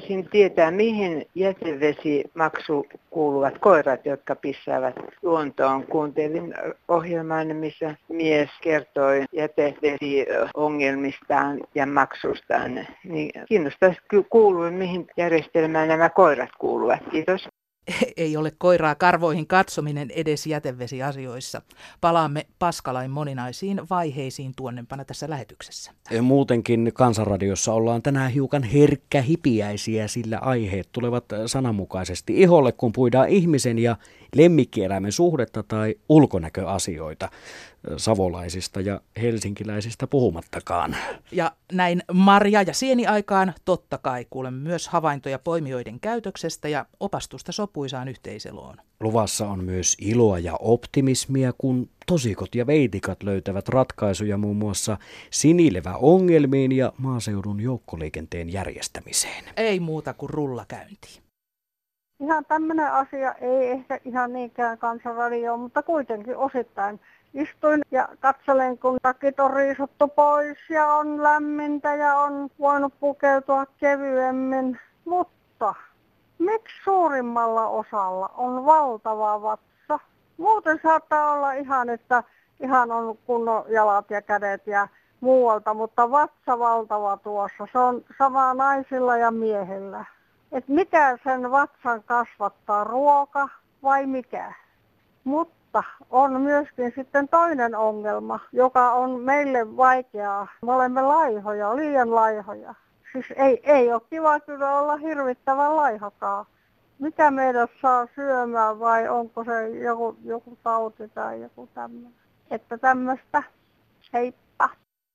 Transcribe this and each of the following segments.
haluaisin tietää, mihin jätevesimaksu kuuluvat koirat, jotka pissaavat luontoon. Kuuntelin ohjelman, missä mies kertoi jätevesiongelmistaan ja maksustaan. Niin kiinnostaisi kuulua, mihin järjestelmään nämä koirat kuuluvat. Kiitos. Ei ole koiraa karvoihin katsominen edes jätevesiasioissa. Palaamme Paskalain moninaisiin vaiheisiin tuonnempana tässä lähetyksessä. Muutenkin Kansanradiossa ollaan tänään hiukan herkkähipiäisiä, sillä aiheet tulevat sananmukaisesti iholle, kun puidaan ihmisen ja lemmikkieläimen suhdetta tai ulkonäköasioita, savolaisista ja helsinkiläisistä puhumattakaan. Ja näin marja- ja sieniaikaan totta kai kuulemme myös havaintoja poimijoiden käytöksestä ja opastusta sopuisaan yhteiseloon. Luvassa on myös iloa ja optimismia, kun tosikot ja veitikat löytävät ratkaisuja muun muassa sinileväongelmiin ja maaseudun joukkoliikenteen järjestämiseen. Ei muuta kuin rullakäyntiin. Ihan tämmöinen asia ei ehkä ihan niinkään Kansanradioon, mutta kuitenkin osittain. Istuin ja katselen, kun takit on riisuttu pois ja on lämmintä ja on voinut pukeutua kevyemmin. Mutta miksi suurimmalla osalla on valtava vatsa? Muuten saattaa olla että ihan on kunnon jalat ja kädet ja muualta, mutta vatsa valtava tuossa. Se on sama naisilla ja miehillä. Et mikä sen vatsan kasvattaa, ruoka vai mikä? Mutta on myöskin sitten toinen ongelma, joka on meille vaikeaa. Me olemme laihoja, liian laihoja. Siis ei ole kiva kyllä olla hirvittävän laihakaan. Mikä meidät saa syömään vai onko se joku tauti tai joku tämmöinen? Että tämmöistä. Heippa.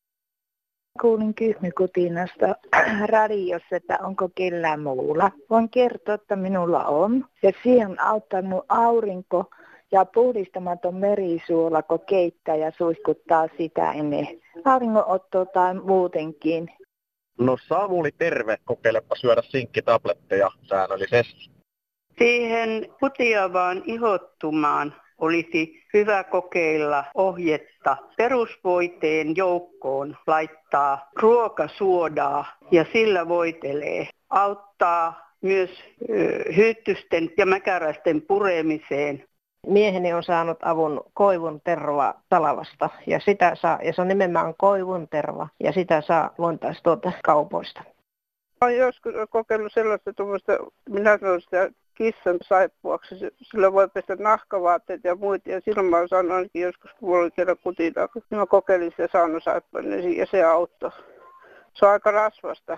Kuulin Kyhmykutinasta radiossa, että onko kellään muulla. Voin kertoa, että minulla on. Ja siihen on auttanut aurinko ja puhdistamaton merisuola, kun keittää ja suihkuttaa sitä ennen auringonottoa tai muutenkin. No Samuli, terve. Kokeilepa syödä sinkkitabletteja säännöllisesti. Siihen putiavaan ihottumaan olisi hyvä kokeilla ohjetta perusvoiteen joukkoon laittaa ruokasuodaa ja sillä voitelee. Auttaa myös hyyttysten ja mäkäräisten puremiseen. Mieheni on saanut avun koivun terva Talavasta ja sitä saa, ja se on nimenomaan koivun terva ja sitä saa luontaisi kaupoista. Olen joskus kokeillut sellaista, minä sanon sitä kissan saippuaksi, sillä voi pestä nahkavaatteet ja muita, ja silloin mä oon saanut ainakin joskus, kun mulla oli kerran kutinaa, niin mä kokeilin sitä saunasaippua, ja se auttoi. Se on aika rasvasta.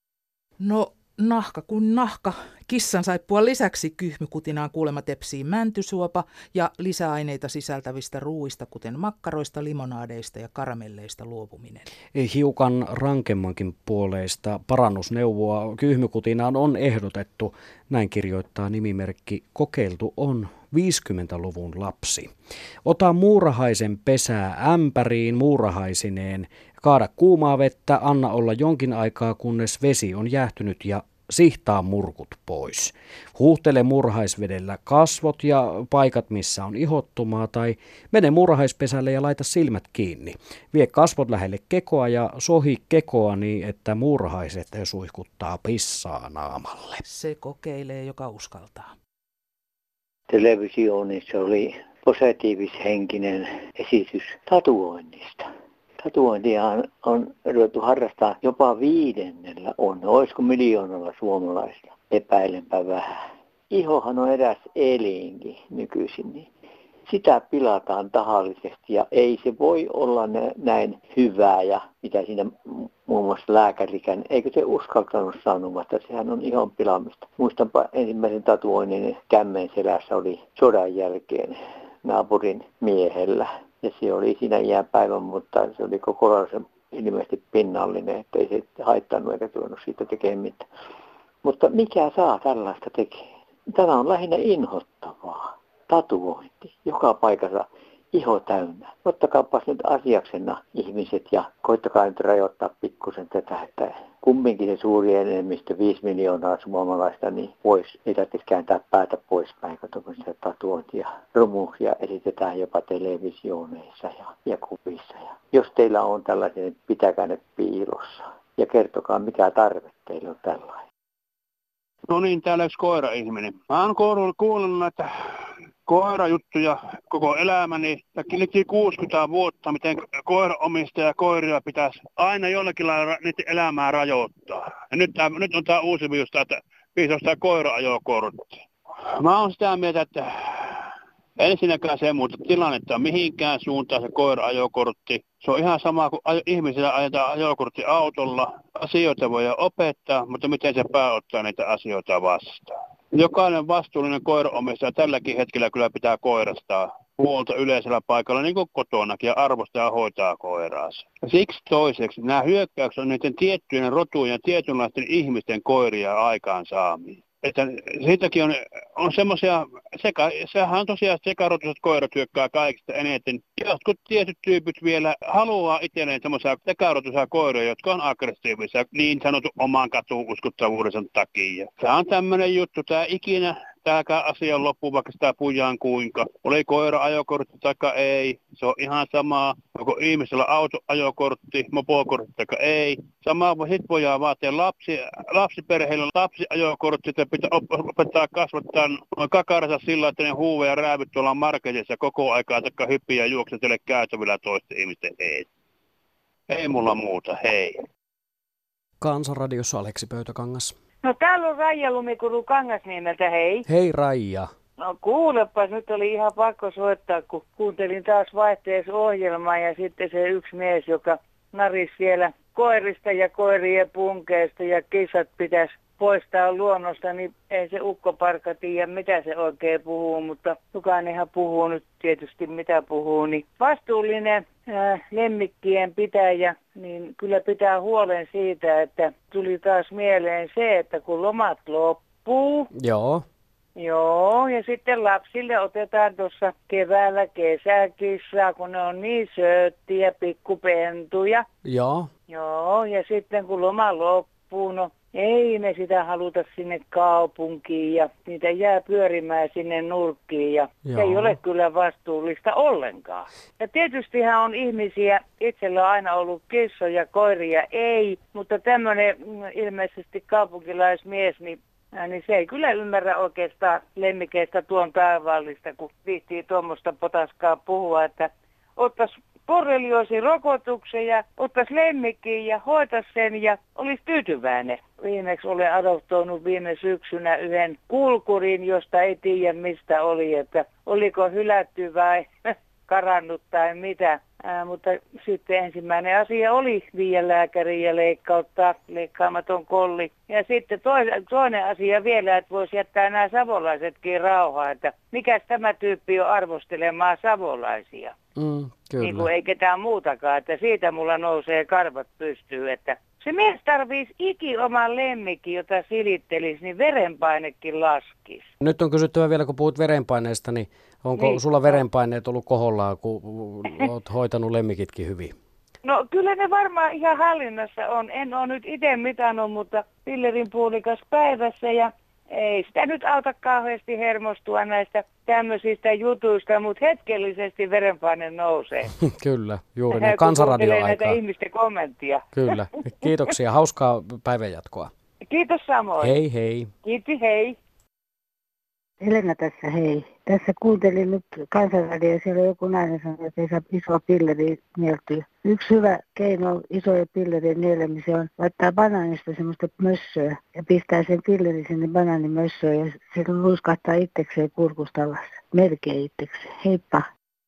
No nahka kuin nahka. Kissan saippua lisäksi Kyhmykutinaan kuulemma tepsii mäntysuopa ja lisäaineita sisältävistä ruuista, kuten makkaroista, limonaadeista ja karamelleista luopuminen. Hiukan rankemmankin puoleista parannusneuvoa Kyhmykutinaan on ehdotettu. Näin kirjoittaa nimimerkki Kokeiltu on 50-luvun lapsi. Ota muurahaisen pesää ämpäriin muurahaisineen, kaada kuumaa vettä, anna olla jonkin aikaa kunnes vesi on jäähtynyt ja sihtaa murkut pois. Huuhtele muurahaisvedellä kasvot ja paikat, missä on ihottumaa, tai mene muurahaispesälle ja laita silmät kiinni. Vie kasvot lähelle kekoa ja sohi kekoa niin, että muurahaiset suihkuttaa pissaa naamalle. Se kokeilee, joka uskaltaa. Televisioonissa oli positiivishenkinen esitys tatuoinnista. Tatuointia on ruvettu harrastaa jopa 5. olisiko miljoonalla suomalaista, epäilenpä vähän. Ihohan on eräs elinkin nykyisin, niin sitä pilataan tahallisesti ja ei se voi olla näin hyvää ja mitä siinä muun muassa lääkärikään, eikö se uskaltanut sanoa, että sehän on ihon pilaamista. Muistanpa ensimmäisen tatuoinnin kämmen selässä oli sodan jälkeen naapurin miehellä. Ja se oli siinä jääpäivän, mutta se oli kokonaisen ilmeisesti pinnallinen, että ei se haittanut eikä tuonut siitä tekemään mitään. Mutta mikä saa tällaista tekemään? Tämä on lähinnä inhottavaa. Tatuointi. Joka paikassa iho täynnä. Ottakaapas nyt asiaksena ihmiset ja koittakaa nyt rajoittaa pikkusen tätä, että kumminkin se suuri enemmistö, 5 miljoonaa suomalaista, niin ei tarvitsisi kääntää päätä poispäin, kun tuollaisia tatuointia, rumuuksia esitetään jopa televisiooneissa ja kuvissa. Ja jos teillä on tällaisia, niin pitäkää ne piilossa ja kertokaa, mikä tarve teillä on tällainen. No niin, täällä yksi koira-ihminen. Mä oon kuullut näitä koirajuttuja koko elämäni, ja liki 60 vuotta, miten koiraomistaja ja koiria pitäisi aina jollakin lailla niiden elämää rajoittaa. Ja nyt on tämä uusi vius, että pitäisi tämä koira-ajokortti. Mä oon sitä mieltä, että ensinnäkään se ei muuta tilannetta mihinkään suuntaan se koira-ajokortti. Se on ihan sama kuin ihmisillä ajetaan ajokortti autolla. Asioita voi opettaa, mutta miten se ottaa niitä asioita vastaan. Jokainen vastuullinen koiraomistaja tälläkin hetkellä kyllä pitää koirastaa huolta yleisellä paikalla, niin kuin kotonakin, ja arvostaa ja hoitaa koiraansa. Siksi toiseksi nämä hyökkäykset on niiden tiettyjen rotujen ja tietynlaisten ihmisten koiria aikaansaamia. Että siitäkin on semmoisia, sehän on tosiaan sekarotuiset koirat hyökkää kaikista eniten. Jotkut tietyt tyypit vielä haluaa itselleen semmoisia sekarotuisia koiria, jotka on aggressiivisia niin sanotun oman katuuskottavuudensa takia. Tämä on tämmöinen juttu, tämäkään asia loppuu, vaikka sitä puijaan kuinka. Oli koira-ajokortti tai ei, se on ihan sama. Onko ihmisellä autoajokortti, mopokortti tai ei. Sama sit voidaan vaatia lapsiperheillä lapsiajokortti, että pitää opettaa kasvattaa noin kakarassa sillä, että ne huuve ja räävyt tuolla marketissa koko aikaa, taikka hyppiä ja juoksetele käytävillä toisten ihmisten eet. Ei mulla muuta, hei. Kansanradiossa Aleksi Pöytäkangas. No täällä on Raija Lumikuru Kangasniemeltä, hei. Hei Raija. No kuulepas, nyt oli ihan pakko soittaa, kun kuuntelin taas vaihteesohjelmaa ja sitten se yksi mies, joka narisi vielä koirista ja koirien punkeista ja kissat pitäisi poistaa luonnosta, niin ei se ukkoparkka tiedä, mitä se oikein puhuu, mutta jokainenhan puhuu nyt tietysti mitä puhuu, niin vastuullinen lemmikkien pitäjä, niin kyllä pitää huolen siitä, että tuli taas mieleen se, että kun lomat loppuu, Joo, ja sitten lapsille otetaan tuossa keväällä kesäkissaa, kun ne on niin sööttiä, pikkupentuja. Joo, ja sitten kun loma loppuu, no ei me sitä haluta sinne kaupunkiin ja niitä jää pyörimään sinne nurkkiin ja se ei ole kyllä vastuullista ollenkaan. Ja tietystihän on ihmisiä, itsellä on aina ollut kissoja, koiria ei, mutta tämmöinen ilmeisesti kaupunkilaismies, niin se ei kyllä ymmärrä oikeastaan lemmikeistä tuon taivaallista, kun viihtii tuommoista potaskaa puhua, että ottaisi borrelioosi-rokotuksen ja ottaisi lemmikkiin ja hoitaisi sen ja olisi tyytyväinen. Viimeksi olen adoptoinut viime syksynä yhden kulkurin, josta ei tiedä mistä oli, että oliko hylätty vai karannut tai mitä. Mutta sitten ensimmäinen asia oli viedä lääkäriin ja leikkauttaa leikkaamaton kolli. Ja sitten toinen asia vielä, että voisi jättää nämä savolaisetkin rauhaan, että mikäs tämä tyyppi on arvostelemaan savolaisia. Kyllä. Niin kuin ei ketään muutakaan, että siitä mulla nousee karvat pystyyn, että se mies tarvitsisi oman lemmikin, jota silittelisi, niin verenpainekin laskisi. Nyt on kysyttävä vielä, kun puhut verenpaineesta, niin onko sulla verenpaineet ollut kohollaan, kun olet hoitanut lemmikitkin hyvin? No kyllä ne varmaan ihan hallinnassa on. En ole nyt itse mitannut, mutta pillerin puolikas päivässä ja ei sitä nyt auta kauheasti hermostua näistä tämmöisistä jutuista, mutta hetkellisesti verenpaine nousee. Kyllä, juuri niin. Kansanradioaikaa. Näitä ihmisten kommenttia. Kyllä. Kiitoksia. Hauskaa päivänjatkoa. Kiitos samoin. Hei hei. Kiitos, hei. Helena tässä, hei. Tässä kuuntelin nyt Kansanradio, siellä joku nainen sanoi, että ei saa isoa pilleriä mieltyä. Yksi hyvä keino isoja pillerien nielemiseen on laittaa banaanista semmoista mössöä ja pistää sen pilleri sinne banaanimössöön ja se luiskahtaa itsekseen kurkusta alas. Melkein itsekseen. Heippa.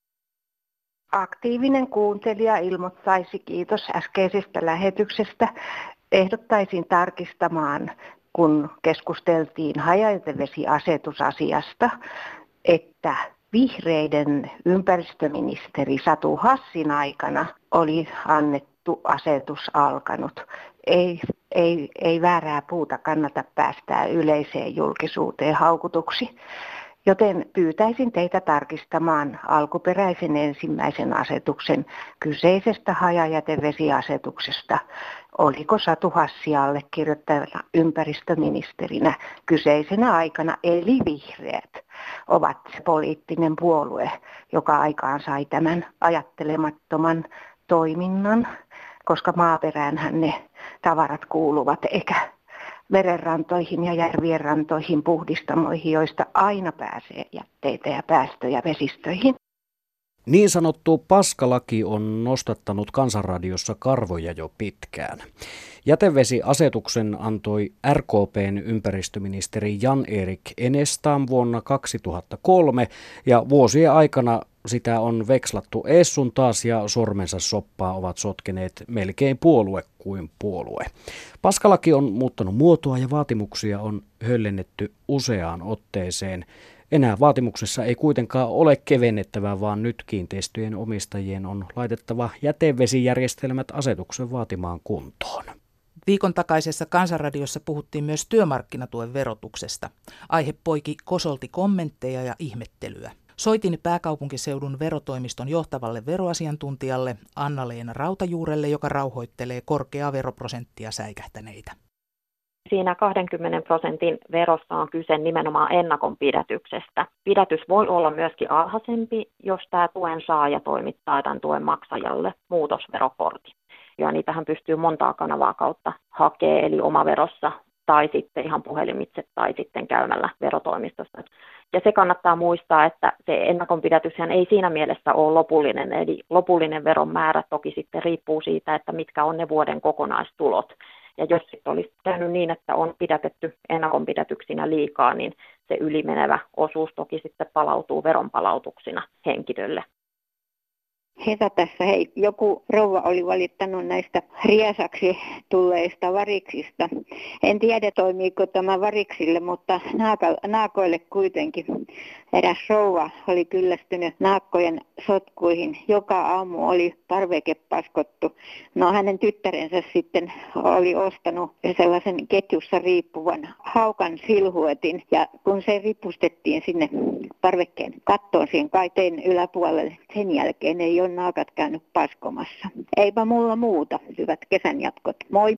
Aktiivinen kuuntelija ilmoittaisi kiitos äskeisestä lähetyksestä. Ehdottaisin tarkistamaan, kun keskusteltiin hajajätevesiasetusasiasta, että vihreiden ympäristöministeri Satu Hassin aikana oli annettu asetus alkanut. Ei väärää puuta kannata päästää yleiseen julkisuuteen haukutuksi. Joten pyytäisin teitä tarkistamaan alkuperäisen ensimmäisen asetuksen kyseisestä hajajätevesiasetuksesta. Oliko Satu Hassi allekirjoittajana ympäristöministerinä kyseisenä aikana, eli vihreät ovat poliittinen puolue, joka aikaan sai tämän ajattelemattoman toiminnan, koska maaperäänhän ne tavarat kuuluvat, eikä merenrantoihin ja järvien rantoihin, puhdistamoihin, joista aina pääsee jätteitä ja päästöjä vesistöihin. Niin sanottu paskalaki on nostattanut Kansanradiossa karvoja jo pitkään. Jätevesiasetuksen antoi RKP:n ympäristöministeri Jan-Erik Enestam vuonna 2003 ja vuosien aikana sitä on vekslattu ees sun taas ja sormensa soppaa ovat sotkeneet melkein puolue kuin puolue. Paskalaki on muuttanut muotoa ja vaatimuksia on höllennetty useaan otteeseen. Enää vaatimuksessa ei kuitenkaan ole kevennettävää, vaan nyt kiinteistöjen omistajien on laitettava jätevesijärjestelmät asetuksen vaatimaan kuntoon. Viikon takaisessa Kansanradiossa puhuttiin myös työmarkkinatuen verotuksesta. Aihe poiki kosolti kommentteja ja ihmettelyä. Soitin pääkaupunkiseudun verotoimiston johtavalle veroasiantuntijalle Anna-Leena Rautajuurelle, joka rauhoittelee korkeaa veroprosenttia säikähtäneitä. Siinä 20% verossa on kyse nimenomaan ennakonpidätyksestä. Pidätys voi olla myöskin alhaisempi, jos tämä tuen saaja toimittaa tämän tuen maksajalle muutosverokortin. Ja niitähän pystyy montaa kanavaa kautta hakemaan, eli omaverossa tai sitten ihan puhelimitse tai sitten käymällä verotoimistossa. Ja se kannattaa muistaa, että se ennakonpidätyshän ei siinä mielessä ole lopullinen, eli lopullinen veron määrä toki sitten riippuu siitä, että mitkä on ne vuoden kokonaistulot. Ja jos sitten olisi käynyt niin, että on pidätetty ennakonpidätyksinä liikaa, niin se ylimenevä osuus toki sitten palautuu veronpalautuksina henkilölle. Heta tässä, hei, joku rouva oli valittanut näistä riesaksi tulleista variksista. En tiedä, toimiiko tämä variksille, mutta naakoille kuitenkin. Eräs rouva oli kyllästynyt naakkojen sotkuihin. Joka aamu oli parveke paskottu. No hänen tyttärensä sitten oli ostanut sellaisen ketjussa riippuvan haukan silhuetin. Ja kun se ripustettiin sinne parvekkeen kattoon siihen kaiteen yläpuolelle, sen jälkeen ei ole naakat käynyt paskomassa. Eipä mulla muuta. Hyvät kesän jatkot. Moi!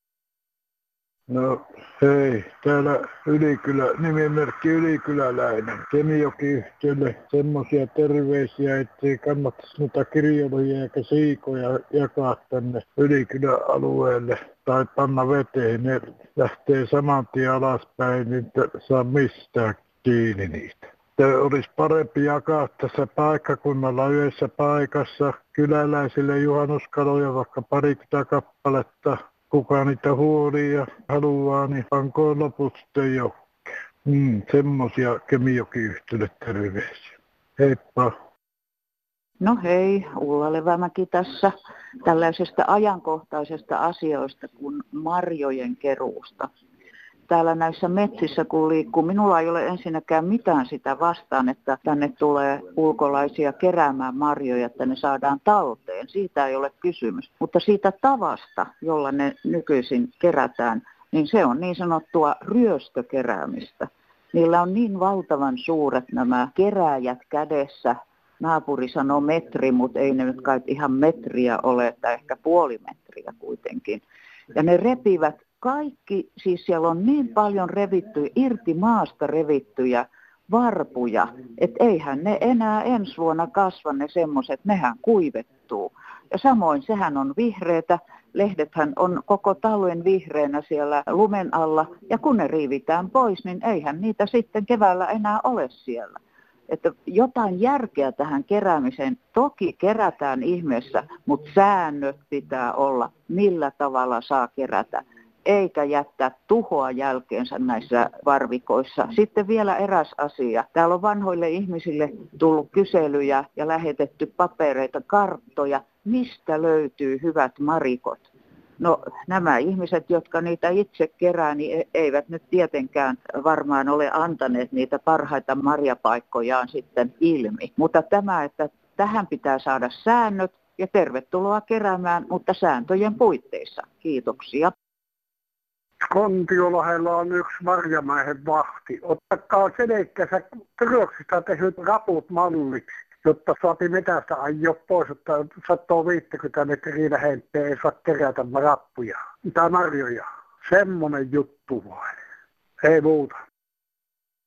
No hei, täällä nimimerkki Ylikyläläinen. Kemijoki-yhtiölle semmoisia terveisiä, ettei kannattaisi noita kirjolohia eikä siikoja jakaa tänne Ylikylä-alueelle tai panna veteen. Ne lähtee saman tien alaspäin, niin saa mistään kiinni niistä. Olisi parempi jakaa tässä paikkakunnalla yhdessä paikassa kyläläisille juhannuskaloja vaikka 20 kappaletta. Kuka niitä huolii ja haluaa, niin pankoon loput sitten johonkin. Semmoisia Kemijoki-yhtiölle terveisiä. Heippa. No hei, Ulla Levämäki tässä tällaisesta ajankohtaisesta asioista kuin marjojen keruusta. Täällä näissä metsissä kun liikkuu, minulla ei ole ensinnäkään mitään sitä vastaan, että tänne tulee ulkolaisia keräämään marjoja, että ne saadaan talteen. Siitä ei ole kysymys. Mutta siitä tavasta, jolla ne nykyisin kerätään, niin se on niin sanottua ryöstökeräämistä. Niillä on niin valtavan suuret nämä kerääjät kädessä. Naapuri sanoo metri, mutta ei ne nyt kai ihan metriä ole, että ehkä puoli metriä kuitenkin. Ja ne repivät kaikki, siis siellä on niin paljon revittyjä, irti maasta revittyjä varpuja, että eihän ne enää ensi vuonna kasva ne semmoiset, nehän kuivettuu. Ja samoin sehän on vihreätä, lehdethän on koko talven vihreänä siellä lumen alla, ja kun ne riivitään pois, niin eihän niitä sitten keväällä enää ole siellä. Että jotain järkeä tähän keräämiseen, toki kerätään ihmeessä, mutta säännöt pitää olla, millä tavalla saa kerätä. Eikä jättää tuhoa jälkeensä näissä varvikoissa. Sitten vielä eräs asia. Täällä on vanhoille ihmisille tullut kyselyjä ja lähetetty papereita, karttoja. Mistä löytyy hyvät marikot? No nämä ihmiset, jotka niitä itse kerää, niin eivät nyt tietenkään varmaan ole antaneet niitä parhaita marjapaikkojaan sitten ilmi. Mutta tämä, että tähän pitää saada säännöt ja tervetuloa keräämään, mutta sääntöjen puitteissa. Kiitoksia. Kontiolahdella on yksi marjamiehen vahti. Ottakaa selkkänsä Kyroksista tehdyt raput malliksi, jotta saatiin metästä ajoa pois, että 150 metriä lähempää ei saa kerätä rappuja tai marjoja. Semmonen juttu vain. Ei muuta.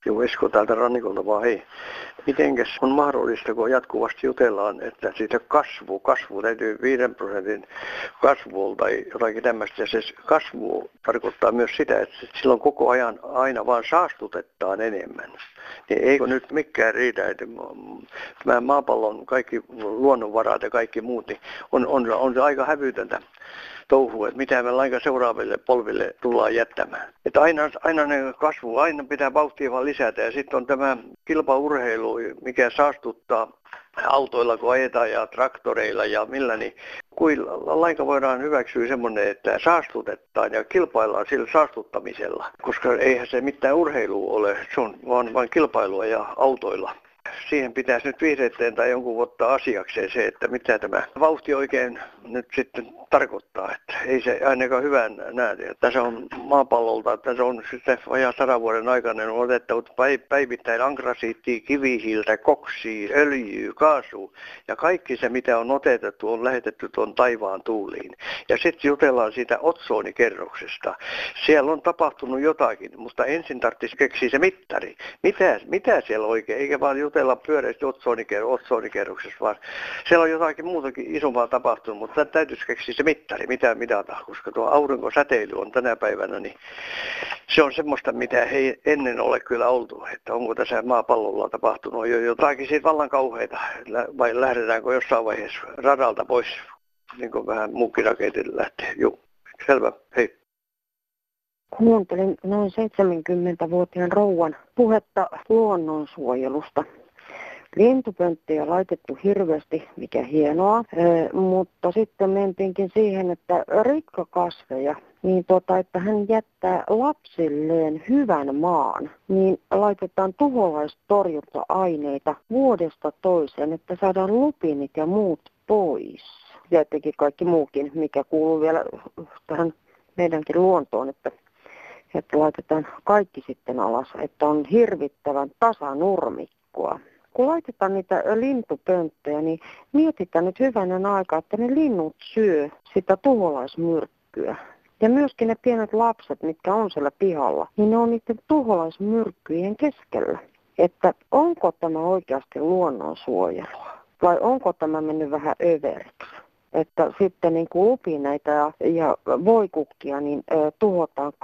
Joo, Esko täältä rannikolta vaan hei. Mitenkäs on mahdollista, kun jatkuvasti jutellaan, että siitä kasvu täytyy 5% kasvua tai jotakin tämmöistä. Ja se kasvu tarkoittaa myös sitä, että silloin koko ajan aina vaan saastutetaan enemmän. Niin eikö nyt mikään riitä, että tämä maapallon kaikki luonnonvarat ja kaikki muut, niin on se aika hävytöntä touhua, että mitä me lainkaan seuraaville polville tullaan jättämään. Että aina ne kasvu, aina pitää vauhtia vaan lisätä ja sitten on tämä kilpaurheilu, mikä saastuttaa autoilla kun ajetaan ja traktoreilla ja millä, niin kuin lainkaan voidaan hyväksyä semmoinen, että saastutetaan ja kilpaillaan sillä saastuttamisella, koska eihän se mitään urheilua ole, se on vain kilpailua ja autoilla. Siihen pitäisi nyt vihreitten tai jonkun ottaa asiakseen se, että mitä tämä vauhti oikein nyt sitten tarkoittaa. Että ei se ainakaan hyvän näe. Tässä on maapallolta, tässä on sitten vajaa 100 vuoden aikana on otettu päivittäin ankrasiittia, kivihiiltä, koksia, öljyä, kaasua. Ja kaikki se, mitä on otettu, on lähetetty tuon taivaan tuuliin. Ja sitten jutellaan siitä otsonikerroksesta. Siellä on tapahtunut jotakin, mutta ensin tarvitsisi keksiä se mittari. Mitä siellä oikein, eikä vaan jutella pyöreästi otsonikerroksessa, vaan siellä on jotakin muutakin isompaa tapahtunut, mutta täytyisi keksiä se mittari, mitä mitata, koska tuo aurinkosäteily on tänä päivänä, niin se on semmoista, mitä ei ennen ole kyllä oltu, että onko tässä maapallolla tapahtunut jo jotakin siitä vallan kauheita, vai lähdetäänkö jossain vaiheessa radalta pois, niin kuin vähän muukin raketit lähtee. Joo, selvä, hei. Kuuntelin noin 70-vuotiaan rouvan puhetta luonnonsuojelusta. Lintupönttiä laitettu hirveästi, mikä hienoa, mutta sitten mentiinkin siihen, että rikkakasveja, niin että hän jättää lapsilleen hyvän maan, niin laitetaan tuholaistorjunta-aineita vuodesta toiseen, että saadaan lupinit ja muut pois. Ja tietenkin kaikki muukin, mikä kuuluu vielä tähän meidänkin luontoon, että laitetaan kaikki sitten alas, että on hirvittävän tasanurmikkoa. Kun laitetaan niitä lintupönttöjä, niin mietitään nyt hyvänen aika, että ne linnut syö sitä tuholaismyrkkyä. Ja myöskin ne pienet lapset, mitkä on siellä pihalla, niin ne on niiden tuholaismyrkkyjen keskellä. Että onko tämä oikeasti luonnonsuojelua vai onko tämä mennyt vähän överiksi? Että sitten niin kuin lupineita ja voikukkia niin tuhotaan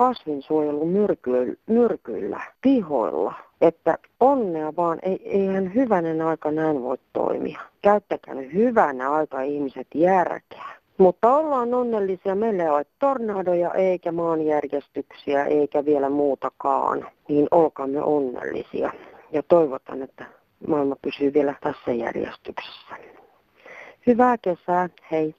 kasvinsuojelumyrkyillä pihoilla. Että onnea vaan, eihän hyvänen aika näin voi toimia. Käyttäkää nyt hyvänä aika ihmiset järkeä. Mutta ollaan onnellisia, meillä ei ole tornadoja eikä maanjärjestyksiä eikä vielä muutakaan. Niin olkaamme onnellisia ja toivotan, että maailma pysyy vielä tässä järjestyksessä. Hyvää kesää, hei.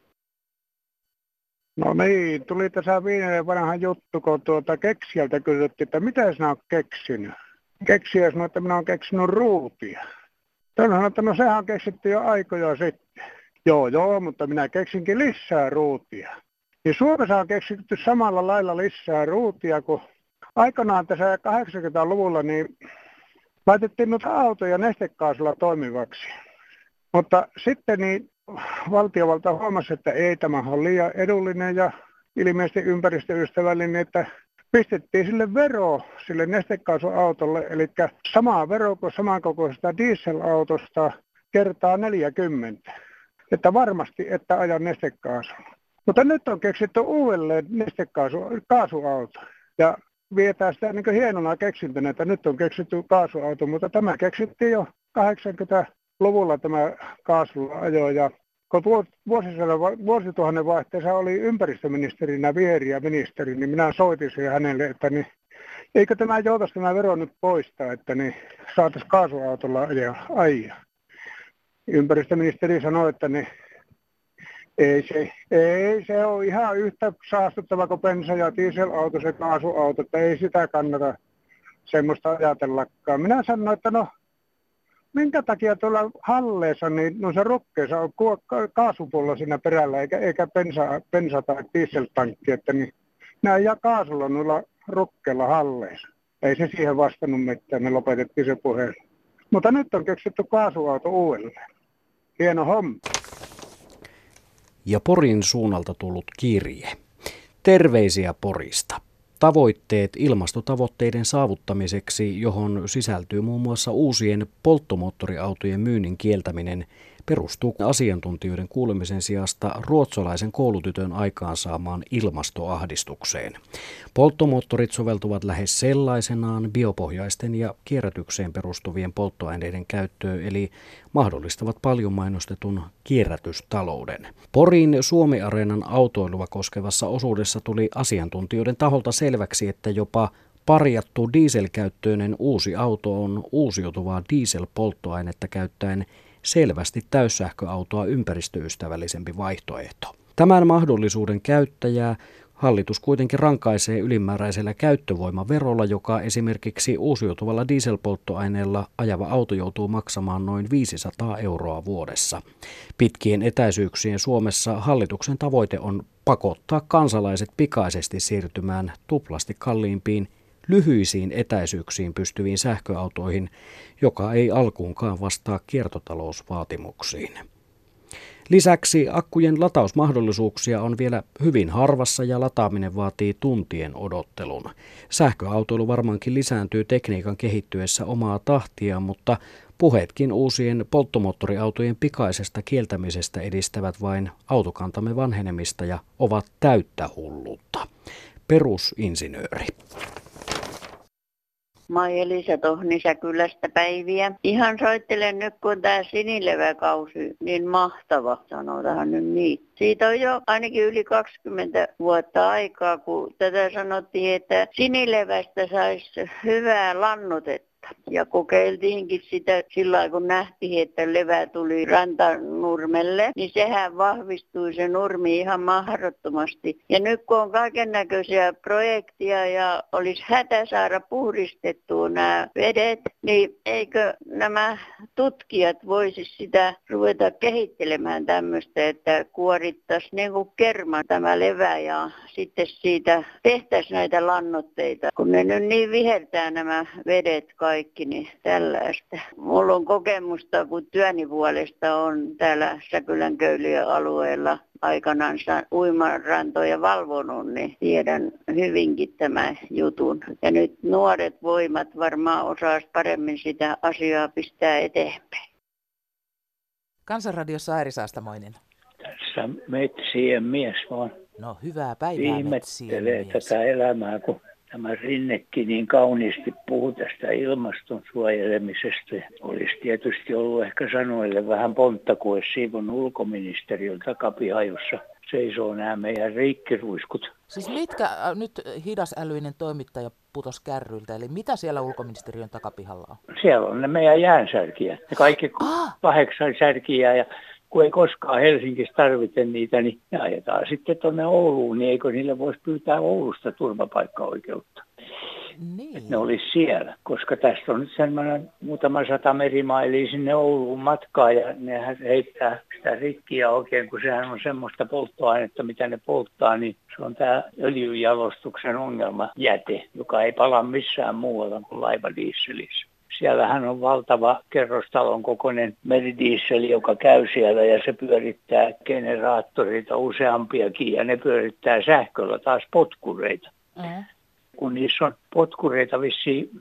No niin, tuli tässä viimeinen vanha juttu, kun keksijältä kysyttiin, että mitä sinä olet keksinyt? Keksijä sanoi, että minä olen keksinyt ruutia. Toinen sanoi, että no sehän on keksitty jo aikoja sitten. Joo, mutta minä keksinkin lisää ruutia. Niin Suomessa on keksitty samalla lailla lisää ruutia, kun aikanaan tässä 80-luvulla niin laitettiin noita autoja nestekaasulla toimivaksi. Mutta sitten niin valtiovalta huomasi, että ei, tämä on liian edullinen ja ilmeisesti ympäristöystävällinen, että pistettiin sille vero sille nestekaasuautolle, eli sama vero kuin samankokoisesta dieselautosta kertaa 40. Että varmasti, että ajan nestekaasulla. Mutta nyt on keksitty uudelleen nestekaasuauto ja vietään sitä niin kuin hienona keksintönä, että nyt on keksitty kaasuauto, mutta tämä keksittiin jo 80-luvulla tämä kaasulla ajo ja kun vuosituhannen vaihteessa oli ympäristöministerinä viheriä ministeri, niin minä soitin siihen hänelle, että niin, eikö tämä joutaisi tämä vero nyt poistaa, että niin saataisiin kaasuautolla ajaa. Ympäristöministeri sanoi, että niin, ei se ole ihan yhtä saastuttava kuin bensa- ja dieselauto, se kaasuauto, että ei sitä kannata semmoista ajatellakaan. Minä sanoin, että no, minkä takia tuolla halleessa, niin noissa rokkeissa on kaasupullo siinä perällä, eikä bensa- tai dieseltankki, että niin nämä jää kaasulla noilla rokkeilla halleissa. Ei se siihen vastannut mitään, me lopetettiin se puheen. Mutta nyt on keksitty kaasuauto uudelleen. Hieno homma. Ja Porin suunnalta tullut kirje. Terveisiä Porista. tavoitteet ilmastotavoitteiden saavuttamiseksi, johon sisältyy muun muassa uusien polttomoottoriautojen myynnin kieltäminen, perustuu asiantuntijoiden kuulemisen sijasta ruotsalaisen koulutytön aikaansaamaan ilmastoahdistukseen. Polttomoottorit soveltuvat lähes sellaisenaan biopohjaisten ja kierrätykseen perustuvien polttoaineiden käyttöön, eli mahdollistavat paljon mainostetun kierrätystalouden. Porin Suomi-areenan autoilua koskevassa osuudessa tuli asiantuntijoiden taholta selväksi, että jopa parjattu dieselkäyttöinen uusi auto on uusiutuvaa dieselpolttoainetta käyttäen selvästi täyssähköautoa ympäristöystävällisempi vaihtoehto. Tämän mahdollisuuden käyttäjää hallitus kuitenkin rankaisee ylimääräisellä käyttövoimaverolla, joka esimerkiksi uusiutuvalla dieselpolttoaineella ajava auto joutuu maksamaan noin 500 € vuodessa. Pitkien etäisyyksien Suomessa hallituksen tavoite on pakottaa kansalaiset pikaisesti siirtymään tuplasti kalliimpiin lyhyisiin etäisyyksiin pystyviin sähköautoihin, joka ei alkuunkaan vastaa kiertotalousvaatimuksiin. Lisäksi akkujen latausmahdollisuuksia on vielä hyvin harvassa ja lataaminen vaatii tuntien odottelun. Sähköautoilu varmaankin lisääntyy tekniikan kehittyessä omaa tahtia, mutta puheetkin uusien polttomoottoriautojen pikaisesta kieltämisestä edistävät vain autokantamme vanhenemista ja ovat täyttä hulluutta. Perusinsinööri. Maija-Liisa Tohnisäkylästä päiviä. Ihan soittelen nyt, kun tämä sinileväkausi niin mahtava, sanotaan nyt niin. Siitä on jo ainakin yli 20 vuotta aikaa, kun tätä sanottiin, että sinilevästä saisi hyvää lannotetta. Ja kokeiltiinkin sitä sillä kun nähtiin, että levä tuli rantanurmelle, niin sehän vahvistui se nurmi ihan mahdottomasti. Ja nyt kun on kaikennäköisiä projekteja ja olisi hätä saada puhdistettua nämä vedet, niin eikö nämä tutkijat voisi sitä ruveta kehittelemään tämmöistä, että kuorittaisiin niin kuin kerma tämä levä ja sitten siitä tehtäisiin näitä lannoitteita, kun ne nyt niin vihertää nämä vedet kaikki, niin tällaista. Mulla on kokemusta, kun työni puolesta on täällä Säkylänköylien alueella aikanaan uimarantoja valvonut, niin tiedän hyvinkin tämän jutun. Ja nyt nuoret voimat varmaan osaisi paremmin sitä asiaa pistää eteenpäin. Kansanradiossa Airi Saastamoinen. Tässä metsien mies vaan. No hyvää päivää metsien mies. Tätä elämää, kun tämä Rinnekin niin kauniisti puhuu tästä ilmaston suojelemisesta. Olisi tietysti ollut ehkä sanoille vähän pontta, kun olisi Siivon ulkoministeriön takapiha, jossa seisoo nämä meidän riikkiruiskut. Siis mitkä, nyt hidasälyinen toimittaja putos kärryiltä, eli mitä siellä ulkoministeriön takapihalla on? Siellä on ne meidän jäänsärkijät, ne kaikki 8 särkijää ja kun ei koskaan Helsingissä tarvitse niitä, niin ne ajetaan sitten tuonne Ouluun, niin eikö niille voisi pyytää Oulusta turvapaikkaoikeutta. Niin. Että ne olisi siellä, koska tästä on nyt semmoinen muutama 100 merimailia sinne Ouluun matkaa ja nehän heittää sitä rikkiä oikein, kun sehän on semmoista polttoainetta, mitä ne polttaa, niin se on tämä öljyjalostuksen ongelmajäte, joka ei pala missään muualla kuin laivadiisselissä. Siellähän on valtava kerrostalon kokoinen meridiisseli, joka käy siellä ja se pyörittää generaattoreita useampiakin ja ne pyörittää sähköllä taas potkureita. Kun niissä on potkureita vissiin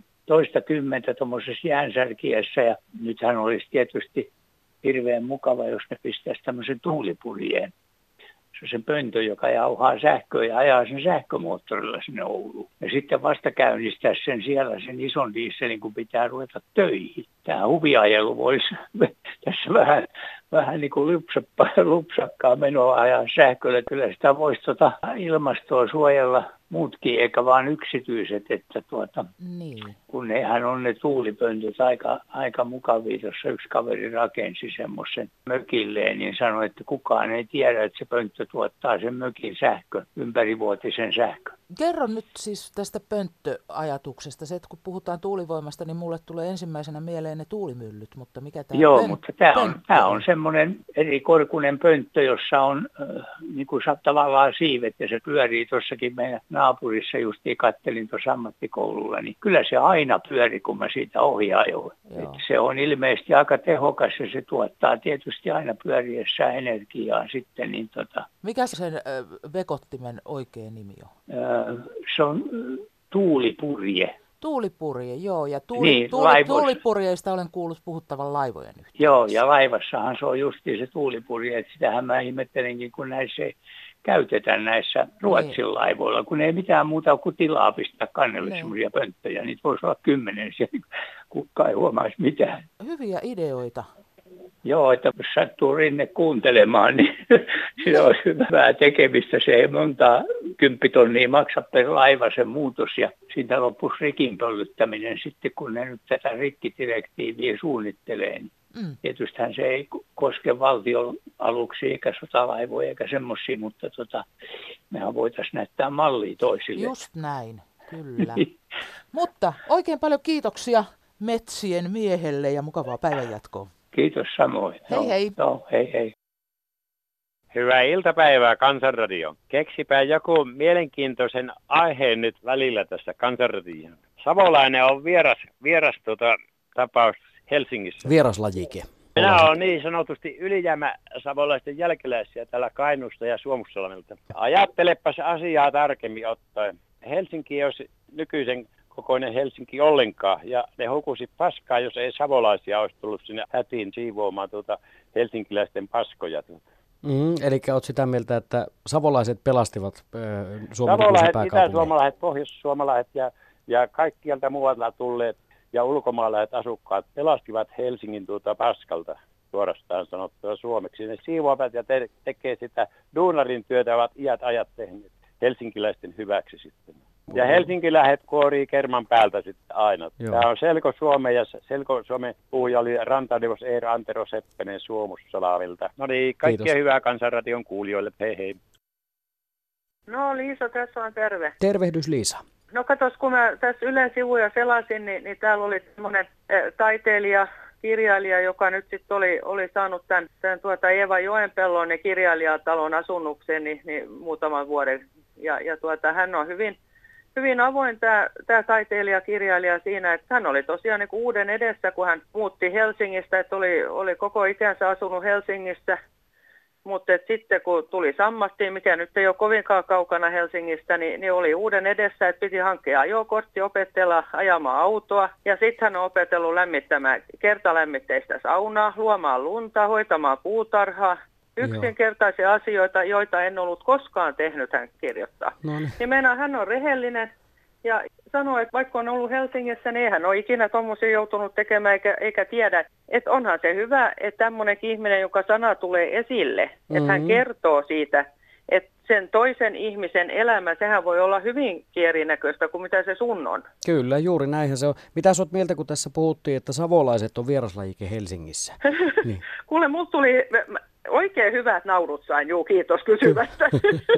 20 tuommoisessa jäänsärkiässä ja nythän olisi tietysti hirveän mukava, jos ne pistäisi tämmöisen tuulipurjeen. Se on se pöntö, joka jauhaa sähköä ja ajaa sen sähkömoottorilla sinne Ouluun. Ja sitten vasta käynnistää sen siellä sen ison dieselin, kun pitää ruveta töihin. Tämä huviajelu voisi tässä vähän niin kuin lupsakkaa menoa ajaa sähköllä. Kyllä sitä voisi ilmastoa suojella muutkin, eikä vaan yksityiset, että niin. Kun nehän on ne tuulipöntöt aika mukavia. Tuossa yksi kaveri rakensi semmoisen mökilleen, niin sanoi, että kukaan ei tiedä, että se pönttö tuottaa sen mökin sähkön, ympärivuotisen sähkön. Kerro nyt siis tästä pönttöajatuksesta. Se, että kun puhutaan tuulivoimasta, niin mulle tulee ensimmäisenä mieleen ne tuulimyllyt, mutta mikä tämä mutta tämä on semmoinen erikorkuinen pönttö, jossa on niin kuin tavallaan siivet ja se pyörii tuossakin meidän naapurissa, justiin kattelin tuossa ammattikoululla, niin kyllä se aina pyöri, kun mä siitä ohi ajoin. Se on ilmeisesti aika tehokas ja se tuottaa tietysti aina pyöriessään energiaa sitten. Niin Mikä sen vekottimen oikea nimi on? Se on tuulipurje. Tuulipurje, joo. Ja tuulipurjeista olen kuullut puhuttavan laivojen yhteydessä. Joo, ja laivassahan se on justiin se tuulipurje, että sitähän mä ihmettelenkin, kun näissä ei käytetä näissä Ruotsin laivoilla, kun ei mitään muuta kuin tilaa pistää kannelle semmoisia pönttöjä. Niitä voisi olla 10 siellä, kukaan ei huomaisi mitään. Hyviä ideoita. Joo, että jos sattuu rinne kuuntelemaan, niin siinä on hyvää tekemistä. Se ei montaa 10 tonnia maksa per laiva se muutos ja siitä lopuksi rikin pöllyttäminen sitten, kun ne nyt tätä rikkidirektiiviä suunnittelee. Niin tietystihän se ei koske valtion aluksia eikä sotalaivoja eikä semmoisia, mutta mehän voitaisiin näyttää mallia toisille. Just näin, kyllä. Mutta oikein paljon kiitoksia metsien miehelle ja mukavaa päivänjatkoa. Kiitos samoin. Hei hei. Joo, hei hei. Hyvää iltapäivää Kansanradio. Keksipä joku mielenkiintoisen aiheen nyt välillä tässä Kansanradioon. Savolainen on vieras tapaus Helsingissä. Vieraslajike. Minä olen niin sanotusti ylijäämä savolaisten jälkeläisiä täällä Kainuusta ja Suomussalmelta. Ajattelepas asiaa tarkemmin ottaen. Helsinki ei olisi nykyisen kokoinen Helsinki ollenkaan, ja ne hukusi paskaa, jos ei savolaisia olisi tullut sinne hätiin siivoamaan helsinkiläisten paskoja. Eli olet sitä mieltä, että savolaiset pelastivat Suomen savolaiset, pääkaupungin? itä-suomalaiset, pohjois-suomalaiset ja kaikkialta muualta tulleet ja ulkomaalaiset asukkaat pelastivat Helsingin paskalta, suorastaan sanottuna suomeksi. Ne siivoavat ja tekee sitä duunarin työtä, ovat iät ajat tehneet helsinkiläisten hyväksi sitten. Ja helsinkiläiset kuorii kerman päältä sitten aina. Joo. Tämä on Selko-Suomen ja Selko-Suomen puhuja oli rantaneuvos Eero Antero Seppänen Suomussalaavilta. No niin, kaikkea hyvää Kansanradion kuulijoille. Hei hei. No Liisa, tässä on terve. Tervehdys Liisa. No katos, kun mä tässä Ylen sivuja selasin, niin täällä oli semmoinen taiteilija, kirjailija, joka nyt sitten oli saanut tämän Eeva Joenpellon ja kirjailijatalon asunnukseen niin muutaman vuoden. Ja hän on hyvin avoin tämä taiteilija, kirjailija siinä, että hän oli tosiaan niin kuin uuden edessä, kun hän muutti Helsingistä, että oli koko ikänsä asunut Helsingissä. Mutta sitten kun tuli Sammattiin, mikä nyt ei ole kovinkaan kaukana Helsingistä, niin oli uuden edessä, että piti hankkia ajokortti, opetella ajamaan autoa. Ja sitten hän on opetellut lämmittämään kertalämmitteistä saunaa, luomaan lunta, hoitamaan puutarhaa. Yksinkertaisia asioita, joita en ollut koskaan tehnyt, hän kirjoittaa. Niin hän on rehellinen ja sanoo, että vaikka on ollut Helsingissä, niin eihän ole ikinä tuommoisia joutunut tekemään eikä tiedä. Että onhan se hyvä, että tämmöinenkin ihminen, joka sana tulee esille, että hän kertoo siitä, että sen toisen ihmisen elämä, sehän voi olla hyvin erinäköistä kuin mitä se sun on. Kyllä, juuri näinhän se on. Mitä sä oot mieltä, kun tässä puhuttiin, että savolaiset on vieraslajike Helsingissä? Niin. Kuule, mulla tuli oikein hyvät naurut sain, kiitos kysymästä.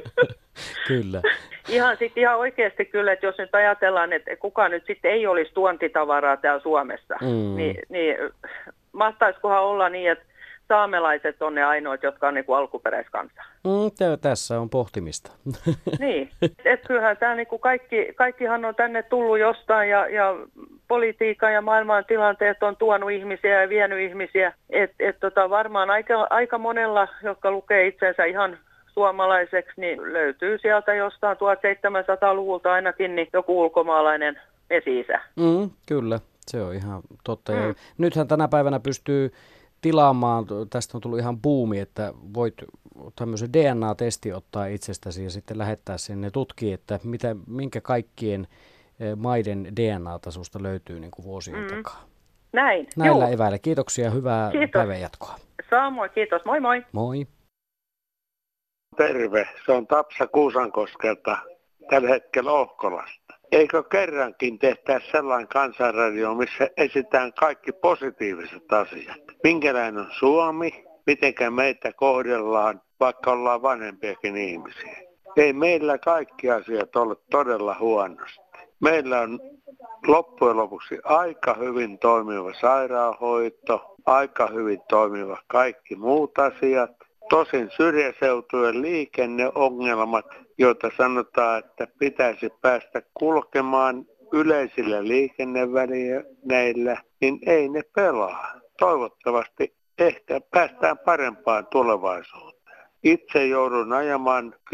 Kyllä. Ihan oikeasti kyllä, että jos nyt ajatellaan, että kuka nyt sitten ei olisi tuontitavaraa täällä Suomessa, niin mahtaisikohan olla niin, että saamelaiset on ne ainoat, jotka on niinku alkuperäiskansa. Tässä on pohtimista. Niin, että kyllähän tämä niinku kaikkihan on tänne tullut jostain ja politiikan ja maailman tilanteet on tuonut ihmisiä ja vienyt ihmisiä. Varmaan aika monella, jotka lukee itsensä ihan suomalaiseksi, niin löytyy sieltä jostain 1700-luvulta ainakin niin joku ulkomaalainen esi-isä. Kyllä, se on ihan totta. Ja nythän tänä päivänä pystyy tilaamaan, tästä on tullut ihan buumi, että voit tämmöisen DNA-testi ottaa itsestäsi ja sitten lähettää sinne tutkia, että minkä kaikkien maiden DNA-ta susta löytyy niin kuin vuosien takaa. Näillä eväillä. Kiitoksia ja hyvää päivänjatkoa. Samoin, kiitos. Moi moi. Moi. Terve, se on Tapsa Kuusankoskelta, tällä hetkellä Ohkolasta. Eikö kerrankin tehtäisi sellainen Kansanradio, missä esitään kaikki positiiviset asiat? Minkälainen on Suomi, mitenkä meitä kohdellaan, vaikka ollaan vanhempiakin ihmisiä. Ei meillä kaikki asiat ole todella huonosti. Meillä on loppujen lopuksi aika hyvin toimiva sairaanhoito, aika hyvin toimiva kaikki muut asiat. Tosin syrjäseutujen liikenneongelmat, joita sanotaan, että pitäisi päästä kulkemaan yleisillä liikennevälineillä, niin ei ne pelaa. Toivottavasti ehkä päästään parempaan tulevaisuuteen. Itse joudun ajamaan 10-18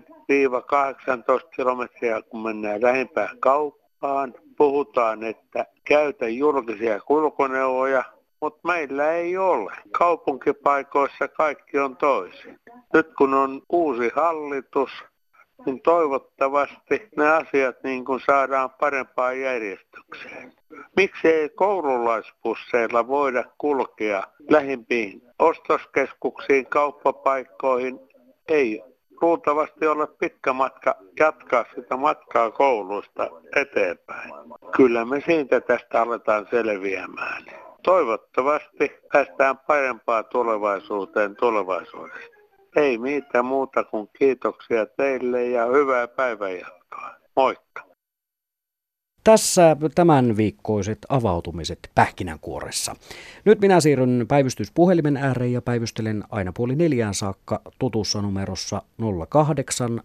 kilometriä, kun mennään lähimpään kauppaan. Puhutaan, että käytä julkisia kulkuneuvoja, mutta meillä ei ole. Kaupunkipaikoissa kaikki on toisin. Nyt kun on uusi hallitus, niin toivottavasti ne asiat niin kuin saadaan parempaan järjestykseen. Miksi ei koululaisbusseilla voida kulkea lähimpiin ostoskeskuksiin, kauppapaikkoihin? Ei luultavasti ole pitkä matka jatkaa sitä matkaa koulusta eteenpäin. Kyllä me siitä tästä aletaan selviämään. Toivottavasti päästään parempaan tulevaisuuteen tulevaisuudesta. Ei mitään muuta kuin kiitoksia teille ja hyvää päivänjatkoa. Moikka! Tässä tämän viikkoiset avautumiset pähkinänkuoressa. Nyt minä siirryn päivystyspuhelimen ääreen ja päivystelen aina 3:30 saakka tutussa numerossa 0800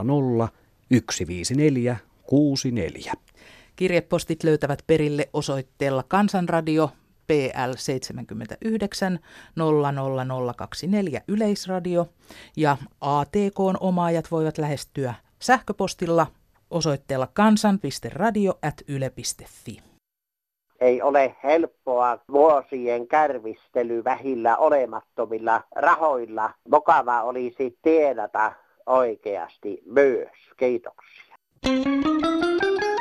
154 64. Kirjepostit löytävät perille osoitteella Kansanradio PL 79 00024 Yleisradio ja ATK:n omaajat voivat lähestyä sähköpostilla osoitteella kansan.radio@yle.fi. Ei ole helppoa vuosien kärvistely vähillä olemattomilla rahoilla. Mukava olisi tiedata oikeasti myös. Kiitoksia.